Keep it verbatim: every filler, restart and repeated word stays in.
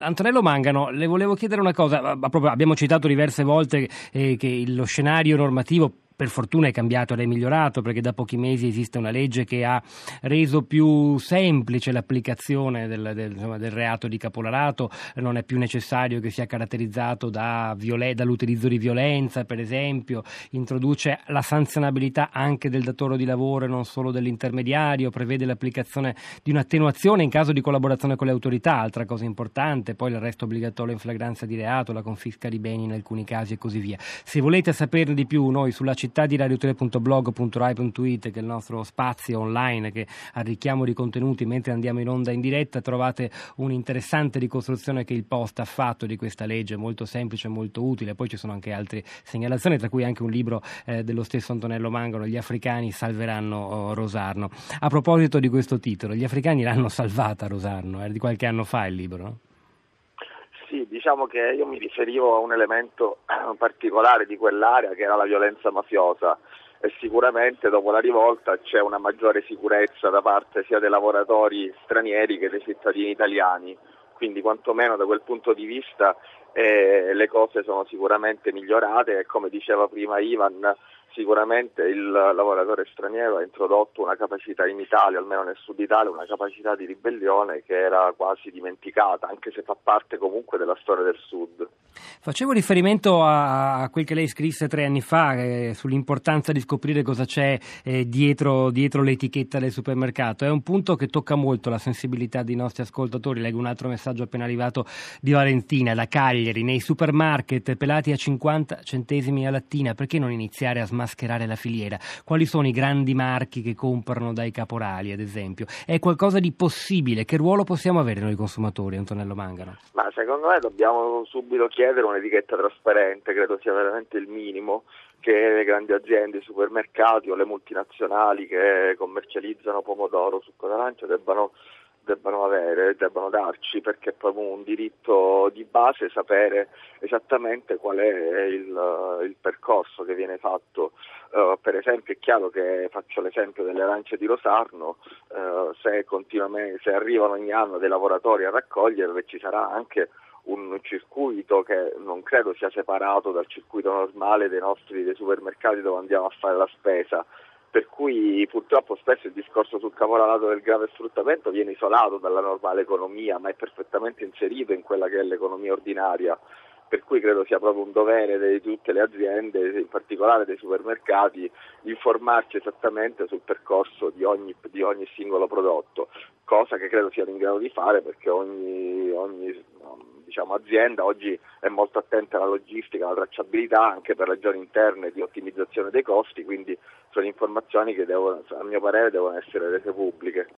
Antonello Mangano, le volevo chiedere una cosa, ma proprio abbiamo citato diverse volte eh, che lo scenario normativo per fortuna è cambiato ed è migliorato, perché da pochi mesi esiste una legge che ha reso più semplice l'applicazione del, del, insomma, del reato di caporalato. Non è più necessario che sia caratterizzato da violen- dall'utilizzo di violenza, per esempio, introduce la sanzionabilità anche del datore di lavoro e non solo dell'intermediario, prevede l'applicazione di un'attenuazione in caso di collaborazione con le autorità, altra cosa importante, poi l'arresto obbligatorio in flagranza di reato, la confisca di beni in alcuni casi e così via. Se volete saperne di più, noi sulla città di radio tre punto blog punto rai punto it, che è il nostro spazio online che arricchiamo di contenuti mentre andiamo in onda in diretta, trovate un'interessante ricostruzione che il Post ha fatto di questa legge, molto semplice e molto utile. Poi ci sono anche altre segnalazioni, tra cui anche un libro eh, dello stesso Antonello Mangano, Gli africani salveranno oh, Rosarno. A proposito di questo titolo, gli africani l'hanno salvata Rosarno, era di qualche anno fa il libro, no? Sì, diciamo che io mi riferivo a un elemento particolare di quell'area che era la violenza mafiosa, e sicuramente dopo la rivolta c'è una maggiore sicurezza da parte sia dei lavoratori stranieri che dei cittadini italiani, quindi quantomeno da quel punto di vista eh, le cose sono sicuramente migliorate e, come diceva prima Ivan, sicuramente il lavoratore straniero ha introdotto una capacità in Italia, almeno nel sud Italia, una capacità di ribellione che era quasi dimenticata, anche se fa parte comunque della storia del sud. Facevo riferimento a, a quel che lei scrisse tre anni fa eh, sull'importanza di scoprire cosa c'è eh, dietro, dietro l'etichetta del supermercato. È un punto che tocca molto la sensibilità dei nostri ascoltatori. Leggo un altro messaggio appena arrivato di Valentina da Cagliari. Nei supermarket pelati a cinquanta centesimi a lattina, perché non iniziare a smascherare la filiera? Quali sono i grandi marchi che comprano dai caporali, ad esempio? È qualcosa di possibile? Che ruolo possiamo avere noi consumatori, Antonello Mangano? Ma secondo me dobbiamo subito chiedere un'etichetta trasparente, credo sia veramente il minimo che le grandi aziende, i supermercati o le multinazionali che commercializzano pomodoro, succo d'arancia debbano, debbano avere, debbano darci, perché è proprio un diritto di base sapere esattamente qual è il, il percorso che viene fatto. Uh, per esempio è chiaro che, faccio l'esempio delle arance di Rosarno, uh, se continuamente, se arrivano ogni anno dei lavoratori a raccoglierle, ci sarà anche un circuito che non credo sia separato dal circuito normale dei nostri dei supermercati dove andiamo a fare la spesa, per cui purtroppo spesso il discorso sul caporalato del grave sfruttamento viene isolato dalla normale economia, ma è perfettamente inserito in quella che è l'economia ordinaria, per cui credo sia proprio un dovere di tutte le aziende, in particolare dei supermercati, informarci esattamente sul percorso di ogni, di ogni singolo prodotto, cosa che credo siano in grado di fare, perché ogni, ogni diciamo, azienda oggi è molto attenta alla logistica, alla tracciabilità, anche per ragioni interne di ottimizzazione dei costi, quindi sono informazioni che devono, a mio parere devono essere rese pubbliche.